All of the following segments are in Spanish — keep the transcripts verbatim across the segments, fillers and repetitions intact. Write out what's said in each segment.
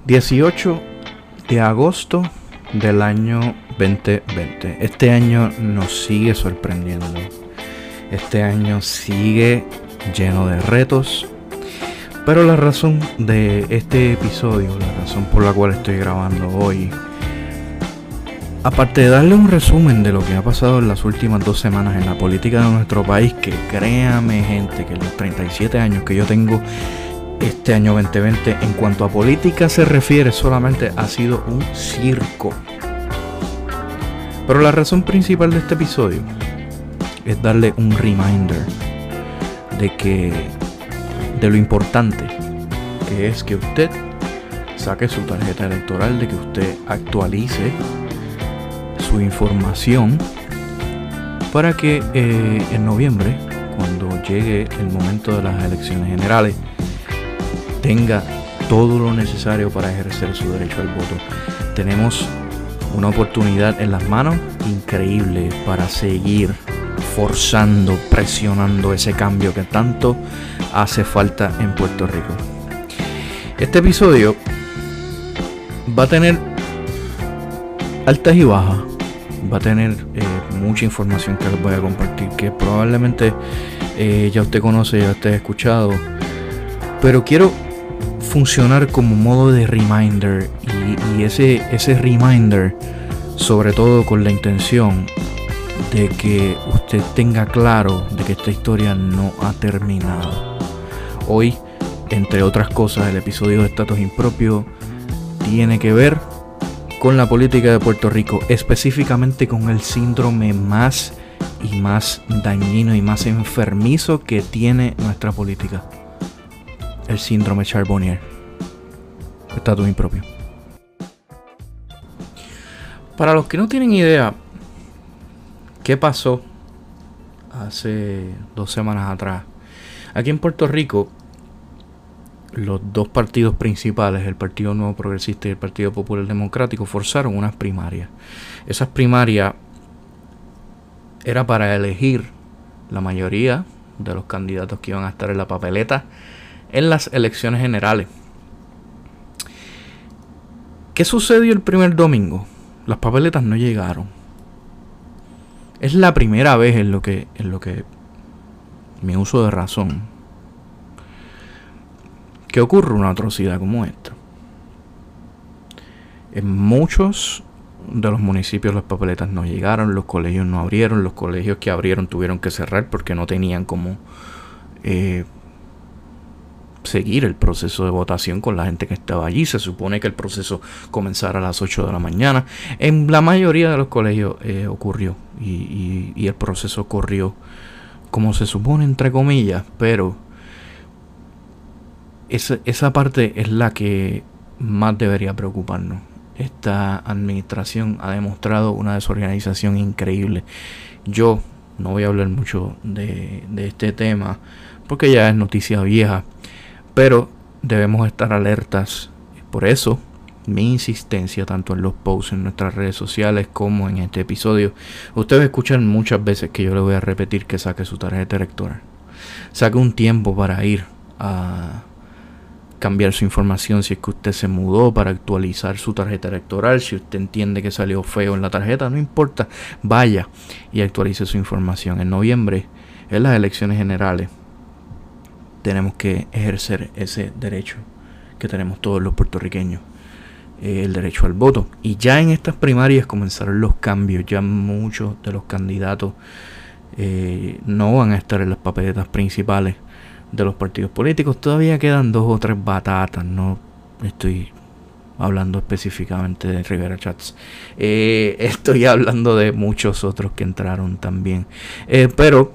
dieciocho de agosto del año veinte veinte. Este año nos sigue sorprendiendo. Este año sigue lleno de retos. Pero la razón de este episodio, la razón por la cual estoy grabando hoy, aparte de darle un resumen de lo que ha pasado en las últimas dos semanas en la política de nuestro país, que créame gente, que los treinta y siete años que yo tengo este año veinte veinte en cuanto a política se refiere, solamente ha sido un circo. Pero la razón principal de este episodio es darle un reminder de que de lo importante que es que usted saque su tarjeta electoral, de que usted actualice su información para que eh, en noviembre, cuando llegue el momento de las elecciones generales, tenga todo lo necesario para ejercer su derecho al voto. Tenemos una oportunidad en las manos increíble para seguir forzando, presionando ese cambio que tanto hace falta en Puerto Rico. Este episodio va a tener altas y bajas, va a tener eh, mucha información que les voy a compartir, que probablemente eh, ya usted conoce, ya usted ha escuchado, pero quiero funcionar como modo de reminder y, y ese, ese reminder sobre todo con la intención de que usted tenga claro de que esta historia no ha terminado. Hoy, entre otras cosas, el episodio de Estatus Impropio tiene que ver con la política de Puerto Rico, específicamente con el síndrome más y más dañino y más enfermizo que tiene nuestra política: el síndrome Charbonnier. Estatus Impropio. Para los que no tienen idea qué pasó hace dos semanas atrás, aquí en Puerto Rico, los dos partidos principales, el Partido Nuevo Progresista y el Partido Popular Democrático, forzaron unas primarias. Esas primarias era para elegir la mayoría de los candidatos que iban a estar en la papeleta en las elecciones generales. ¿Qué sucedió el primer domingo? Las papeletas no llegaron. Es la primera vez en lo que, en lo que mi uso de razón, que ocurre una atrocidad como esta. En muchos de los municipios las papeletas no llegaron, los colegios no abrieron, los colegios que abrieron tuvieron que cerrar porque no tenían cómo eh, seguir el proceso de votación con la gente que estaba allí. Se supone que el proceso comenzara a las ocho de la mañana. En la mayoría de los colegios eh, ocurrió y, y, y el proceso corrió como se supone, entre comillas, pero esa, esa parte es la que más debería preocuparnos. Esta administración ha demostrado una desorganización increíble. Yo no voy a hablar mucho de, de este tema porque ya es noticia vieja, pero debemos estar alertas. Por eso mi insistencia tanto en los posts en nuestras redes sociales como en este episodio. Ustedes escuchan muchas veces que yo le voy a repetir que saque su tarjeta electoral. Saque un tiempo para ir a cambiar su información si es que usted se mudó, para actualizar su tarjeta electoral. Si usted entiende que salió feo en la tarjeta, no importa, vaya y actualice su información. En noviembre, en las elecciones generales, tenemos que ejercer ese derecho que tenemos todos los puertorriqueños, eh, el derecho al voto. Y ya en estas primarias comenzaron los cambios. Ya muchos de los candidatos eh, no van a estar en las papeletas principales de los partidos políticos. Todavía quedan dos o tres batatas. No estoy hablando específicamente de Rivera Chats. Eh, estoy hablando de muchos otros que entraron también. Eh, pero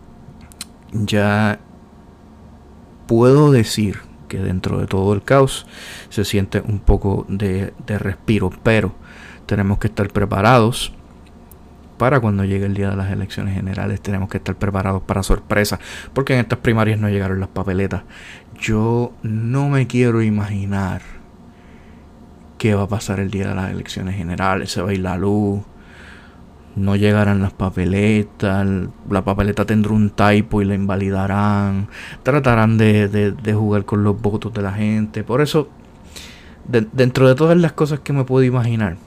ya puedo decir que dentro de todo el caos se siente un poco de, de respiro, pero tenemos que estar preparados para cuando llegue el día de las elecciones generales. Tenemos que estar preparados para sorpresas, porque en estas primarias no llegaron las papeletas. Yo no me quiero imaginar qué va a pasar el día de las elecciones generales. Se va a ir la luz, no llegarán las papeletas, la papeleta tendrá un typo y la invalidarán, tratarán de, de, de jugar con los votos de la gente. Por eso de, dentro de todas las cosas que me puedo imaginar,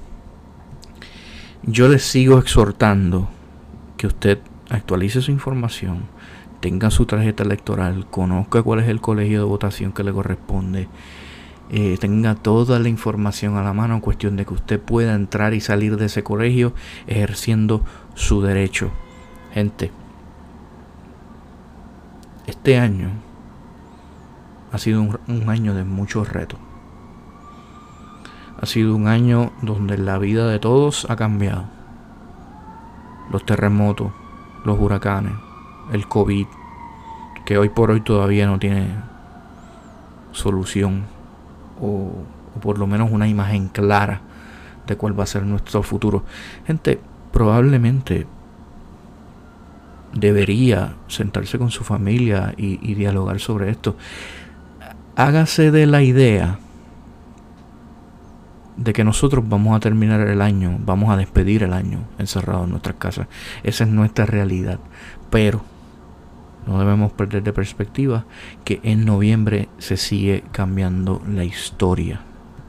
yo les sigo exhortando que usted actualice su información, tenga su tarjeta electoral, conozca cuál es el colegio de votación que le corresponde, eh, tenga toda la información a la mano en cuestión de que usted pueda entrar y salir de ese colegio ejerciendo su derecho. Gente, este año ha sido un, un año de muchos retos. Ha sido un año donde la vida de todos ha cambiado. Los terremotos, los huracanes, el COVID, que hoy por hoy todavía no tiene solución o, o por lo menos una imagen clara de cuál va a ser nuestro futuro. Gente, probablemente debería sentarse con su familia y, y dialogar sobre esto. Hágase de la idea de que nosotros vamos a terminar el año, vamos a despedir el año encerrados en nuestras casas. Esa es nuestra realidad. Pero no debemos perder de perspectiva que en noviembre se sigue cambiando la historia.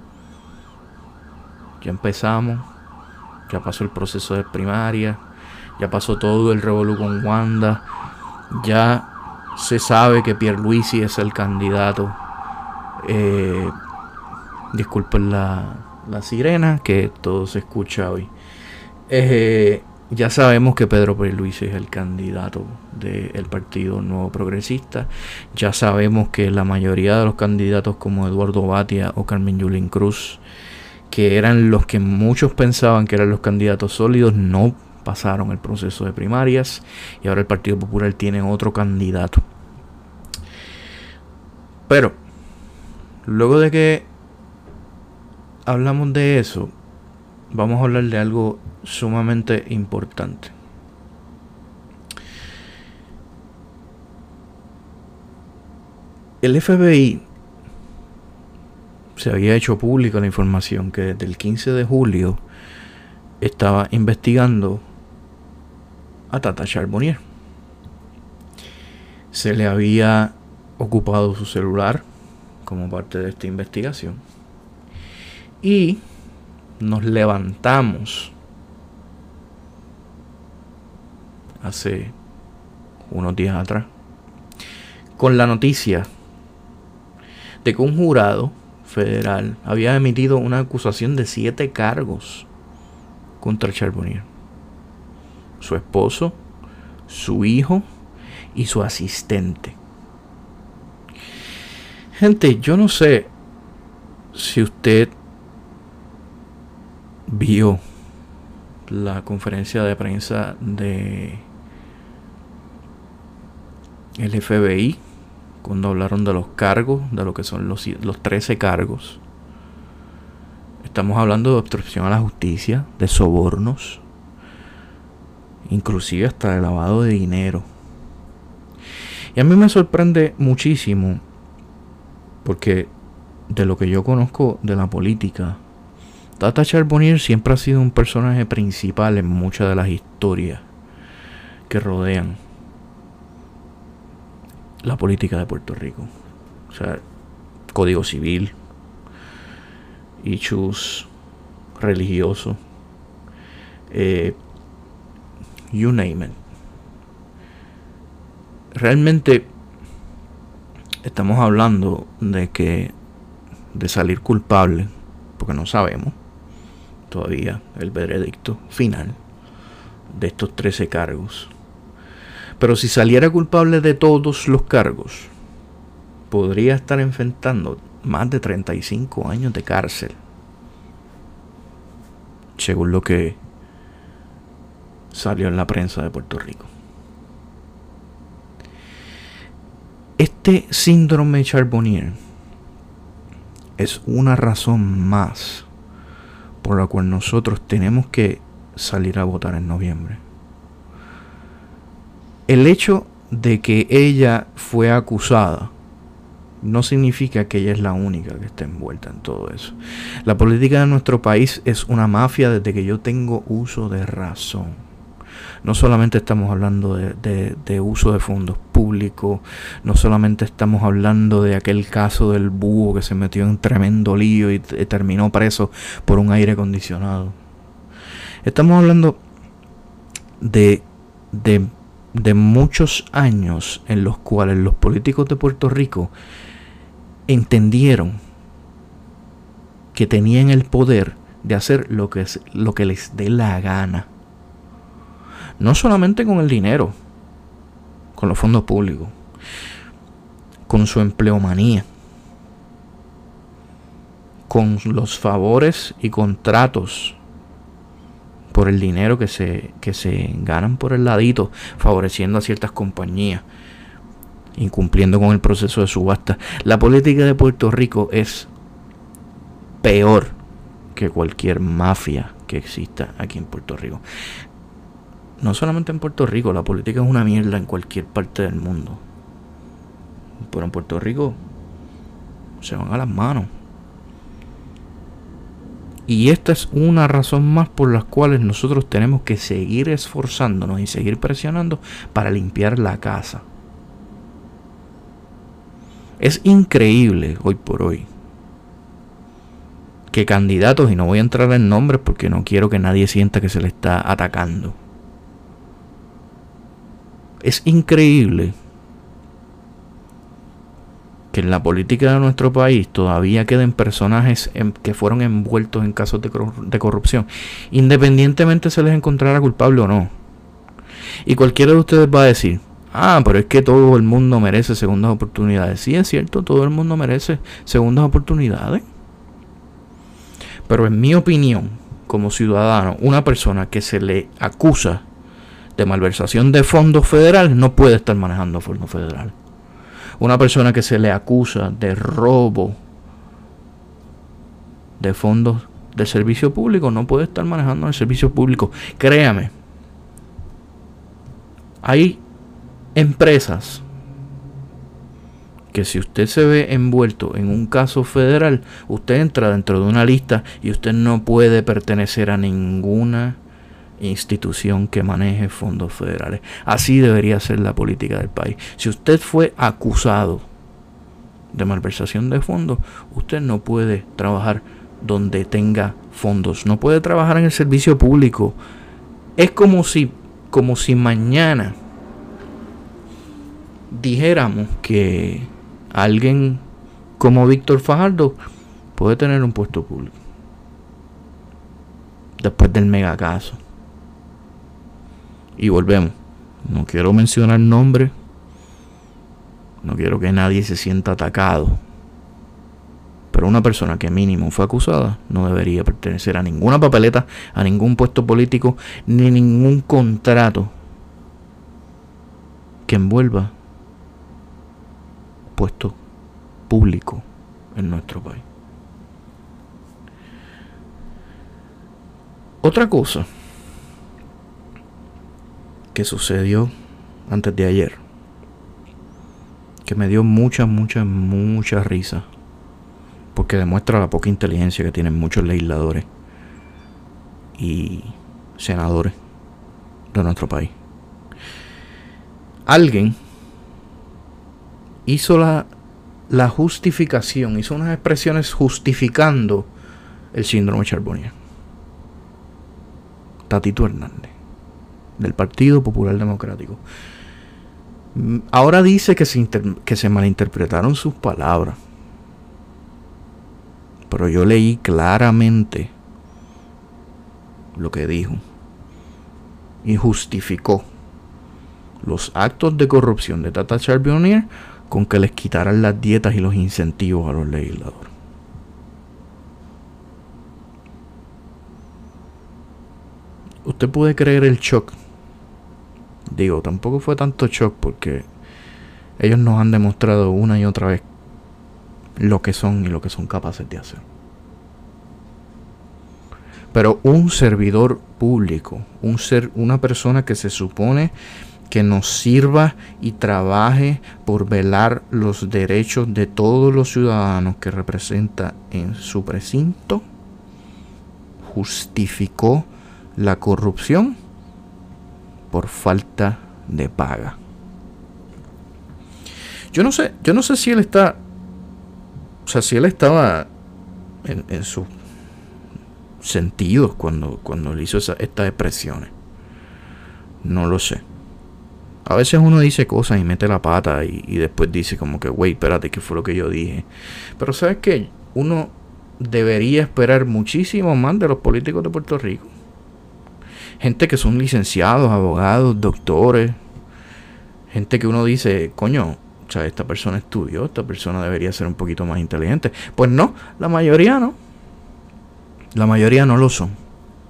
Ya empezamos, ya pasó el proceso de primaria, ya pasó todo el revolú con Wanda, ya se sabe que Pierluisi es el candidato. Eh, disculpen la, la sirena, que todo se escucha hoy. Eh, ya sabemos que Pedro Pierluisi es el candidato del Partido Nuevo Progresista. Ya sabemos que la mayoría de los candidatos como Eduardo Batia o Carmen Yulín Cruz, que eran los que muchos pensaban que eran los candidatos sólidos, no pasaron el proceso de primarias y ahora el Partido Popular tiene otro candidato. Pero luego de que hablamos de eso, vamos a hablar de algo sumamente importante. El F B I se había hecho pública la información que desde el quince de julio estaba investigando a Tata Charbonnier. Se le había ocupado su celular como parte de esta investigación y nos levantamos hace unos días atrás con la noticia de que un jurado federal había emitido una acusación de siete cargos contra Charbonnier, su esposo, su hijo y su asistente. Gente, yo no sé si usted vio la conferencia de prensa de el F B I cuando hablaron de los cargos, de lo que son los, los trece cargos. Estamos hablando de obstrucción a la justicia, de sobornos, inclusive hasta de lavado de dinero. Y a mí me sorprende muchísimo porque de lo que yo conozco de la política, Tata Charbonnier siempre ha sido un personaje principal en muchas de las historias que rodean la política de Puerto Rico. O sea, Código Civil, issues religiosos, eh, you name it. Realmente estamos hablando de que de salir culpable, porque no sabemos todavía el veredicto final de estos trece cargos. Pero si saliera culpable de todos los cargos, podría estar enfrentando más de treinta y cinco años de cárcel, según lo que salió en la prensa de Puerto Rico. Este síndrome Charbonnier es una razón más por la cual nosotros tenemos que salir a votar en noviembre. El hecho de que ella fue acusada no significa que ella es la única que está envuelta en todo eso. La política de nuestro país es una mafia desde que yo tengo uso de razón. No solamente estamos hablando de, de, de uso de fondos públicos, no solamente estamos hablando de aquel caso del búho que se metió en tremendo lío y, y terminó preso por un aire acondicionado. Estamos hablando de, de, de muchos años en los cuales los políticos de Puerto Rico entendieron que tenían el poder de hacer lo que, es, lo que les dé la gana. No solamente con el dinero, con los fondos públicos, con su empleomanía, con los favores y contratos por el dinero que se, que se ganan por el ladito, favoreciendo a ciertas compañías, incumpliendo con el proceso de subasta. La política de Puerto Rico es peor que cualquier mafia que exista aquí en Puerto Rico. No solamente en Puerto Rico, la política es una mierda en cualquier parte del mundo. Pero en Puerto Rico se van a las manos. Y esta es una razón más por las cuales nosotros tenemos que seguir esforzándonos y seguir presionando para limpiar la casa. Es increíble hoy por hoy que candidatos, y no voy a entrar en nombres porque no quiero que nadie sienta que se le está atacando. Es increíble que en la política de nuestro país todavía queden personajes en, que fueron envueltos en casos de, de corrupción, independientemente se les encontrara culpable o no. Y cualquiera de ustedes va a decir: ah, pero es que todo el mundo merece segundas oportunidades. Sí, es cierto, todo el mundo merece segundas oportunidades. Pero en mi opinión, como ciudadano, una persona que se le acusa de malversación de fondos federales no puede estar manejando fondos federales. Una persona que se le acusa de robo de fondos del servicio público no puede estar manejando el servicio público. Créame, hay empresas que si usted se ve envuelto en un caso federal, usted entra dentro de una lista y usted no puede pertenecer a ninguna institución que maneje fondos federales. Así debería ser la política del país. Si usted fue acusado de malversación de fondos, usted no puede trabajar donde tenga fondos, no puede trabajar en el servicio público. Es como si, como si mañana dijéramos que alguien como Víctor Fajardo puede tener un puesto público después del mega caso. Y volvemos, no quiero mencionar nombres, no quiero que nadie se sienta atacado, pero una persona que mínimo fue acusada no debería pertenecer a ninguna papeleta, a ningún puesto político, ni ningún contrato que envuelva puesto público en nuestro país. Otra cosa que sucedió antes de ayer, que me dio mucha, mucha, mucha risa, porque demuestra la poca inteligencia que tienen muchos legisladores y senadores de nuestro país. Alguien hizo la, la justificación, hizo unas expresiones justificando el síndrome Charbonnier. Tatito Hernández, del Partido Popular Democrático. Ahora dice que se, inter, que se malinterpretaron sus palabras. Pero yo leí claramente lo que dijo y justificó los actos de corrupción de Tata Charbonnier con que les quitaran las dietas y los incentivos a los legisladores. Usted puede creer el shock. Digo, tampoco fue tanto shock porque ellos nos han demostrado una y otra vez lo que son y lo que son capaces de hacer. Pero un servidor público, un ser, una persona que se supone que nos sirva y trabaje por velar los derechos de todos los ciudadanos que representa en su precinto, justificó la corrupción por falta de paga. Yo no sé, yo no sé si él está, o sea, si él estaba en, en sus sentidos cuando, cuando él hizo esa, estas expresiones. No lo sé. A veces uno dice cosas y mete la pata y, y después dice como que, güey, espérate, ¿qué fue lo que yo dije? Pero ¿sabes qué? Uno debería esperar muchísimo más de los políticos de Puerto Rico. Gente que son licenciados, abogados, doctores. Gente que uno dice, coño, o sea, esta persona estudió, esta persona debería ser un poquito más inteligente. Pues no, la mayoría no. La mayoría no lo son.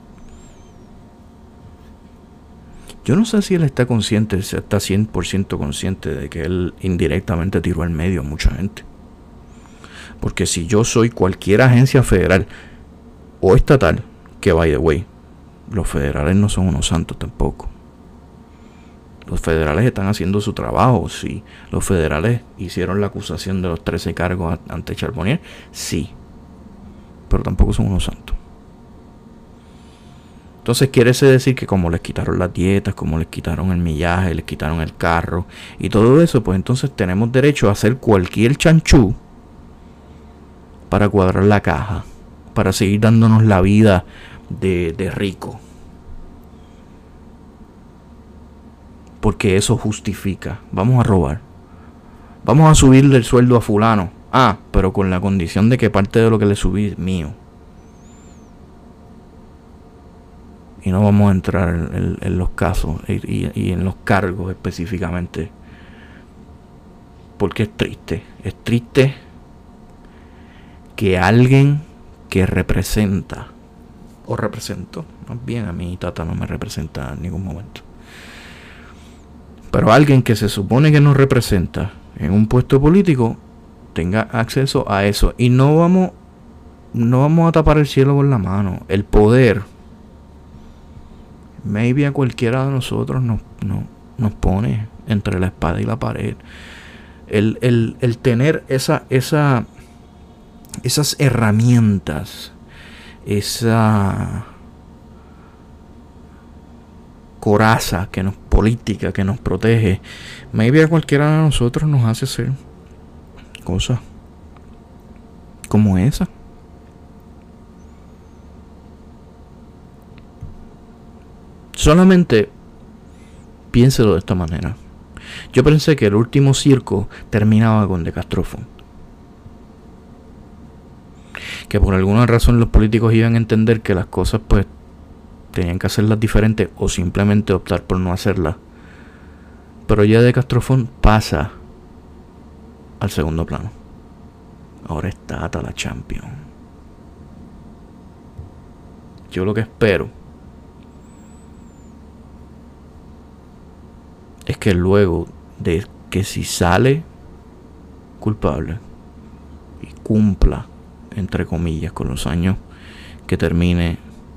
Yo no sé si él está consciente, si está cien por ciento consciente de que él indirectamente tiró al medio a mucha gente. Porque si yo soy cualquier agencia federal o estatal, que by the way, los federales no son unos santos tampoco. Los federales están haciendo su trabajo, sí. Los federales hicieron la acusación de los trece cargos ante Charbonnier, sí. Pero tampoco son unos santos. Entonces quiere decir que como les quitaron las dietas, como les quitaron el millaje, les quitaron el carro y todo eso, pues entonces tenemos derecho a hacer cualquier chanchú para cuadrar la caja, para seguir dándonos la vida de, de rico. Porque eso justifica. Vamos a robar. Vamos a subirle el sueldo a fulano. Ah, pero con la condición de que parte de lo que le subí es mío. Y no vamos a entrar en, en, en los casos y, y, y en los cargos específicamente. Porque es triste. Es triste que alguien que representa, o representó, más bien a mi tata no me representa en ningún momento, pero alguien que se supone que nos representa en un puesto político tenga acceso a eso. Y no vamos no vamos a tapar el cielo con la mano. El poder, maybe a cualquiera de nosotros nos, nos, nos pone entre la espada y la pared. El, el, el tener esa, esa, esas herramientas, esa coraza que nos política, que nos protege, maybe a cualquiera de nosotros nos hace hacer cosas como esa. Solamente piénselo de esta manera. Yo pensé que el último circo terminaba con De Castrofón, que por alguna razón los políticos iban a entender que las cosas pues tenían que hacerlas diferentes o simplemente optar por no hacerlas. Pero ya De Castrofón pasa al segundo plano. Ahora está Tata la Champion. Yo lo que espero es que luego de que si sale culpable y cumpla, entre comillas, con los años que termine,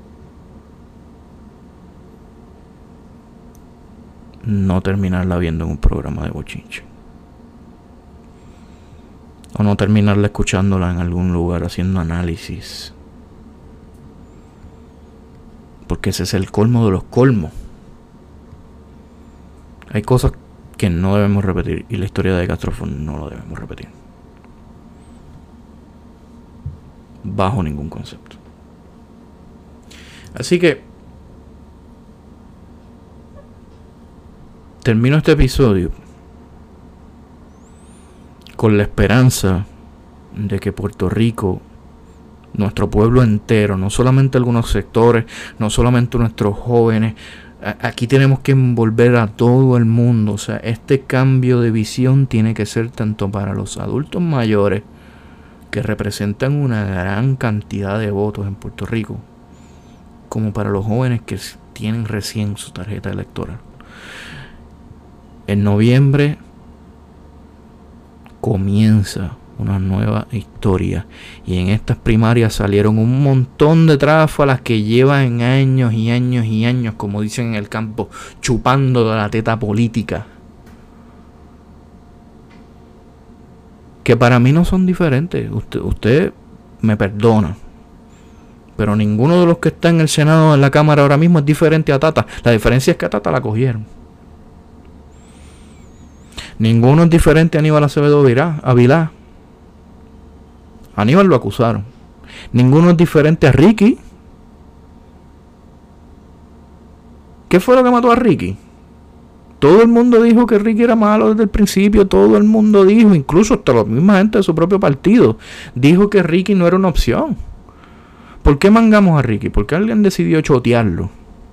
no terminarla viendo en un programa de bochinche, o no terminarla escuchándola en algún lugar haciendo análisis, porque ese es el colmo de los colmos. Hay cosas que no debemos repetir, y la historia de Castrofón no lo debemos repetir bajo ningún concepto. Así que termino este episodio con la esperanza de que Puerto Rico, nuestro pueblo entero, no solamente algunos sectores, no solamente nuestros jóvenes, aquí tenemos que envolver a todo el mundo. O sea, este cambio de visión tiene que ser tanto para los adultos mayores, que representan una gran cantidad de votos en Puerto Rico, como para los jóvenes que tienen recién su tarjeta electoral. En noviembre comienza una nueva historia, y en estas primarias salieron un montón de tráfalas que llevan años y años y años, como dicen en el campo, chupando de la teta política, que para mí no son diferentes. Usted, usted me perdona, Pero ninguno de los que está en el Senado, en la Cámara ahora mismo, es diferente a Tata. La diferencia es que a Tata la cogieron. Ninguno es diferente a Aníbal Acevedo Vilá. Aníbal lo acusaron. Ninguno es diferente a Ricky. ¿Qué fue lo que mató a Ricky? Todo el mundo dijo que Ricky era malo desde el principio. Todo el mundo dijo, incluso hasta la misma gente de su propio partido, dijo que Ricky no era una opción. ¿Por qué mangamos a Ricky? Porque alguien decidió chotearlo.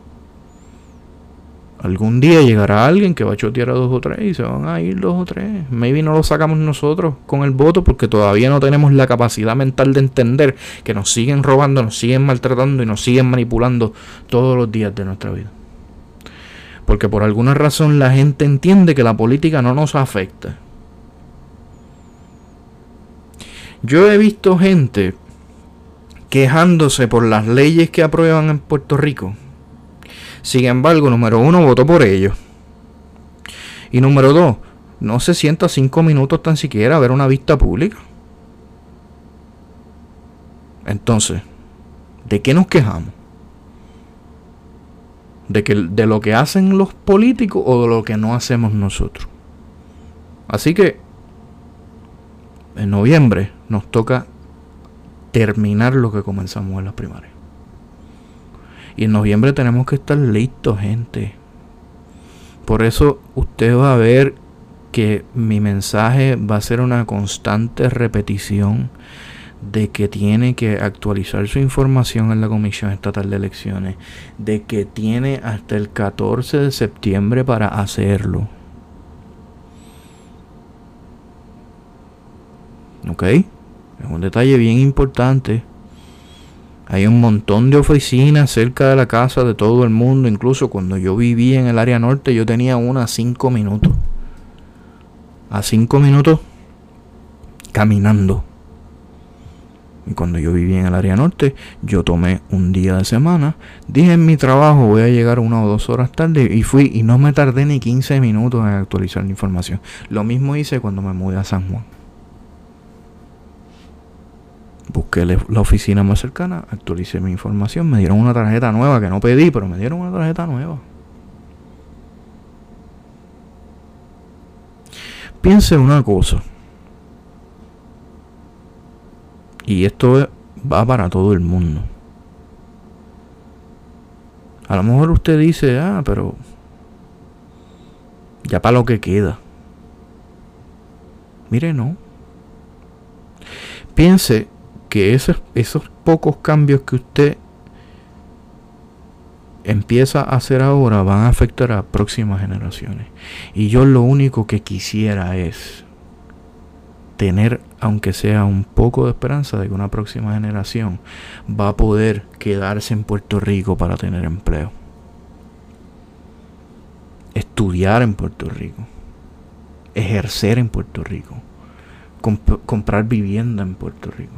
Algún día llegará alguien que va a chotear a dos o tres y se van a ir dos o tres. Maybe no lo sacamos nosotros con el voto porque todavía no tenemos la capacidad mental de entender que nos siguen robando, nos siguen maltratando y nos siguen manipulando todos los días de nuestra vida. Porque por alguna razón la gente entiende que la política no nos afecta. Yo he visto gente quejándose por las leyes que aprueban en Puerto Rico. Sin embargo, número uno, votó por ellos. Y número dos, no se sienta cinco minutos tan siquiera a ver una vista pública. Entonces, ¿de qué nos quejamos? ¿De, que, de lo que hacen los políticos o de lo que no hacemos nosotros? Así que, en noviembre nos toca terminar lo que comenzamos en las primarias. Y en noviembre tenemos que estar listos, gente. Por eso usted va a ver que mi mensaje va a ser una constante repetición de que tiene que actualizar su información en la Comisión Estatal de Elecciones, de que tiene hasta el catorce de septiembre para hacerlo. ¿Ok? Es un detalle bien importante. Hay un montón de oficinas cerca de la casa de todo el mundo. Incluso cuando yo vivía en el área norte, yo tenía una a cinco minutos. A cinco minutos caminando. Y cuando yo vivía en el área norte, yo tomé un día de semana. Dije en mi trabajo, voy a llegar una o dos horas tarde. Y fui y no me tardé ni quince minutos en actualizar la información. Lo mismo hice cuando me mudé a San Juan. Busqué la oficina más cercana, actualicé mi información, me dieron una tarjeta nueva que no pedí, pero me dieron una tarjeta nueva. Piense una cosa, y esto va para todo el mundo. A lo mejor usted dice, ah, pero ya para lo que queda. Mire, no. Piense que esos, esos pocos cambios que usted empieza a hacer ahora van a afectar a próximas generaciones. Y yo lo único que quisiera es tener, aunque sea un poco de esperanza de que una próxima generación va a poder quedarse en Puerto Rico para tener empleo, estudiar en Puerto Rico, ejercer en Puerto Rico, comp- comprar vivienda en Puerto Rico.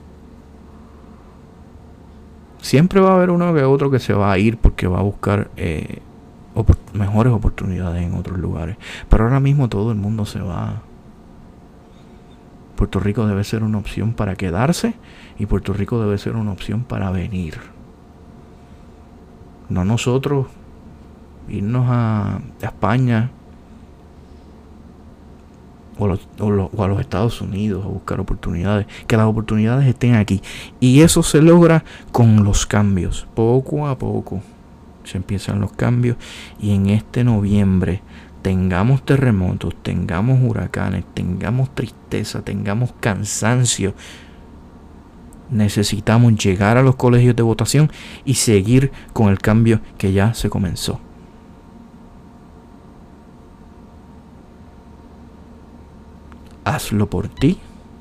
Siempre va a haber uno que otro que se va a ir porque va a buscar eh, op- mejores oportunidades en otros lugares. Pero ahora mismo todo el mundo se va. Puerto Rico debe ser una opción para quedarse y Puerto Rico debe ser una opción para venir. No nosotros irnos a, a España o, los, o, los, o a los Estados Unidos a buscar oportunidades, que las oportunidades estén aquí. Y eso se logra con los cambios, poco a poco se empiezan los cambios. Y en este noviembre tengamos terremotos, tengamos huracanes, tengamos tristeza, tengamos cansancio, necesitamos llegar a los colegios de votación y seguir con el cambio que ya se comenzó. Hazlo por ti,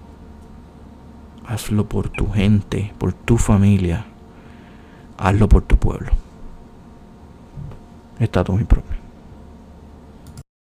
hazlo por tu gente, por tu familia, hazlo por tu pueblo. Estatus impropio.